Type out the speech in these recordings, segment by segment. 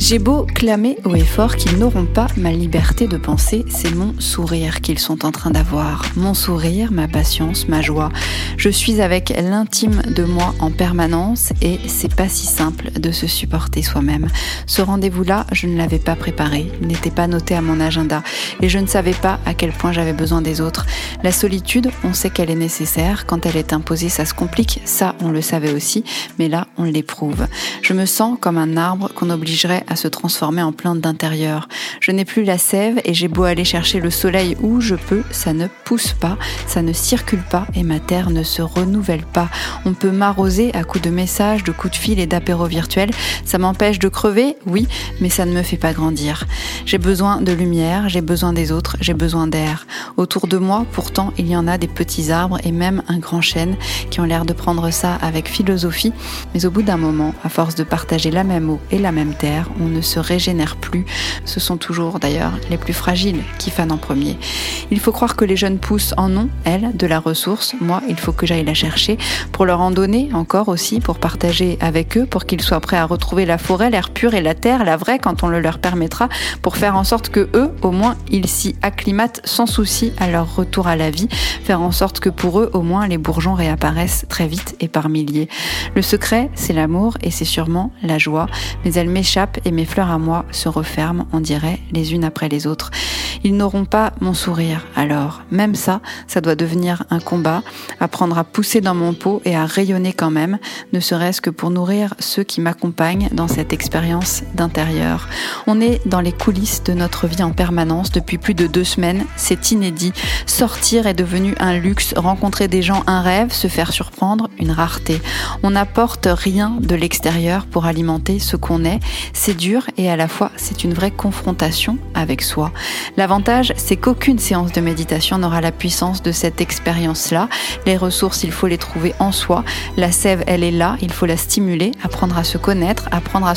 J'ai beau clamer haut et fort qu'ils n'auront pas ma liberté de penser, c'est mon sourire qu'ils sont en train d'avoir. Mon sourire, ma patience, ma joie. Je suis avec l'intime de moi en permanence et c'est pas si simple de se supporter soi-même. Ce rendez-vous-là, je ne l'avais pas préparé, il n'était pas noté à mon agenda et je ne savais pas à quel point j'avais besoin des autres. La solitude, on sait qu'elle est nécessaire. Quand elle est imposée, ça se complique. Ça, on le savait aussi, mais là, on l'éprouve. Je me sens comme un arbre qu'on obligerait à se transformer en plante d'intérieur. Je n'ai plus la sève et j'ai beau aller chercher le soleil où je peux, ça ne pousse pas, ça ne circule pas et ma terre ne se renouvelle pas. On peut m'arroser à coups de messages, de coups de fil et d'apéros virtuels. Ça m'empêche de crever, oui, mais ça ne me fait pas grandir. J'ai besoin de lumière, j'ai besoin des autres, j'ai besoin d'air. Autour de moi, pourtant, il y en a des petits arbres et même un grand chêne qui ont l'air de prendre ça avec philosophie. Mais au bout d'un moment, à force de partager la même eau et la même terre, on ne se régénère plus. Ce sont toujours d'ailleurs les plus fragiles qui fanent en premier. Il faut croire que les jeunes pousses en ont, elles, de la ressource. Moi, il faut que j'aille la chercher pour leur en donner encore aussi, pour partager avec eux, pour qu'ils soient prêts à retrouver la forêt, l'air pur et la terre, la vraie, quand on le leur permettra, pour faire en sorte que eux, au moins, ils s'y acclimatent sans souci à leur retour à la vie, faire en sorte que pour eux, au moins, les bourgeons réapparaissent très vite et par milliers. Le secret, c'est l'amour et c'est sûrement la joie, mais elle m'échappe et mes fleurs à moi se referment, on dirait, les unes après les autres. Ils n'auront pas mon sourire, alors même ça doit devenir un combat, apprendre à pousser dans mon pot et à rayonner quand même, ne serait-ce que pour nourrir ceux qui m'accompagnent dans cette expérience d'intérieur. On est dans les coulisses de notre vie en permanence depuis plus de 2 semaines, c'est inédit. Sortir est devenu un luxe, rencontrer des gens un rêve, se faire surprendre une rareté. On n'apporte rien de l'extérieur pour alimenter ce qu'on est, c'est dur et à la fois c'est une vraie confrontation avec soi. L'avantage, c'est qu'aucune séance de méditation n'aura la puissance de cette expérience-là. Les ressources, il faut les trouver en soi. La sève, elle est là, il faut la stimuler, apprendre à se connaître,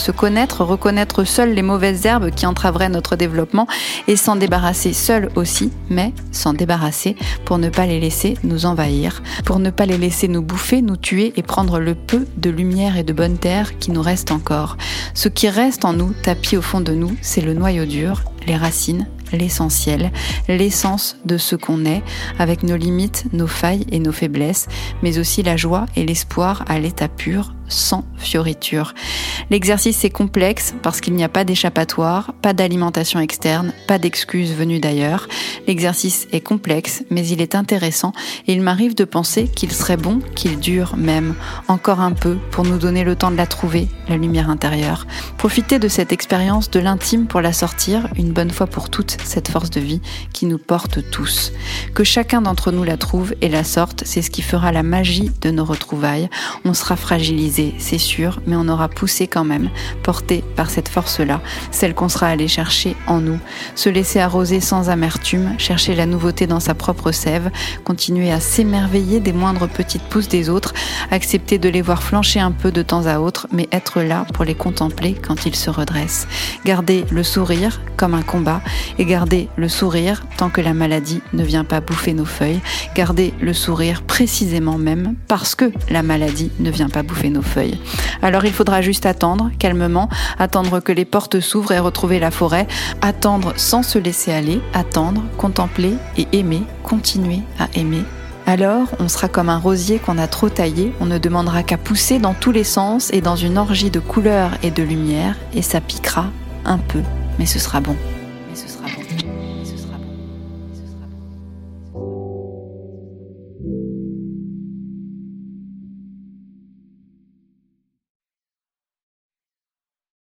reconnaître seul les mauvaises herbes qui entraveraient notre développement et s'en débarrasser seul aussi, mais s'en débarrasser pour ne pas les laisser nous envahir, pour ne pas les laisser nous bouffer, nous tuer et prendre le peu de lumière et de bonne terre qui nous reste encore. Ce qui reste en nous, tapis au fond de nous, c'est le noyau dur, les racines, l'essentiel, l'essence de ce qu'on est, avec nos limites, nos failles et nos faiblesses, mais aussi la joie et l'espoir à l'état pur, sans fioriture. L'exercice est complexe parce qu'il n'y a pas d'échappatoire, pas d'alimentation externe, pas d'excuses venues d'ailleurs. L'exercice est complexe, mais il est intéressant et il m'arrive de penser qu'il serait bon qu'il dure même encore un peu pour nous donner le temps de la trouver, la lumière intérieure. Profiter de cette expérience de l'intime pour la sortir, une bonne fois pour toutes, cette force de vie qui nous porte tous. Que chacun d'entre nous la trouve et la sorte, c'est ce qui fera la magie de nos retrouvailles. On sera fragilisé, c'est sûr, mais on aura poussé quand même, porté par cette force-là, celle qu'on sera allé chercher en nous. Se laisser arroser sans amertume, chercher la nouveauté dans sa propre sève, continuer à s'émerveiller des moindres petites pousses des autres, accepter de les voir flancher un peu de temps à autre, mais être là pour les contempler quand ils se redressent. Garder le sourire comme un combat et garder le sourire tant que la maladie ne vient pas bouffer nos feuilles. Garder le sourire précisément même parce que la maladie ne vient pas bouffer nos feuilles. Alors il faudra juste attendre, calmement, attendre que les portes s'ouvrent et retrouver la forêt, attendre sans se laisser aller, attendre, contempler et aimer, continuer à aimer. Alors, on sera comme un rosier qu'on a trop taillé, on ne demandera qu'à pousser dans tous les sens et dans une orgie de couleurs et de lumière, et ça piquera un peu, mais ce sera bon.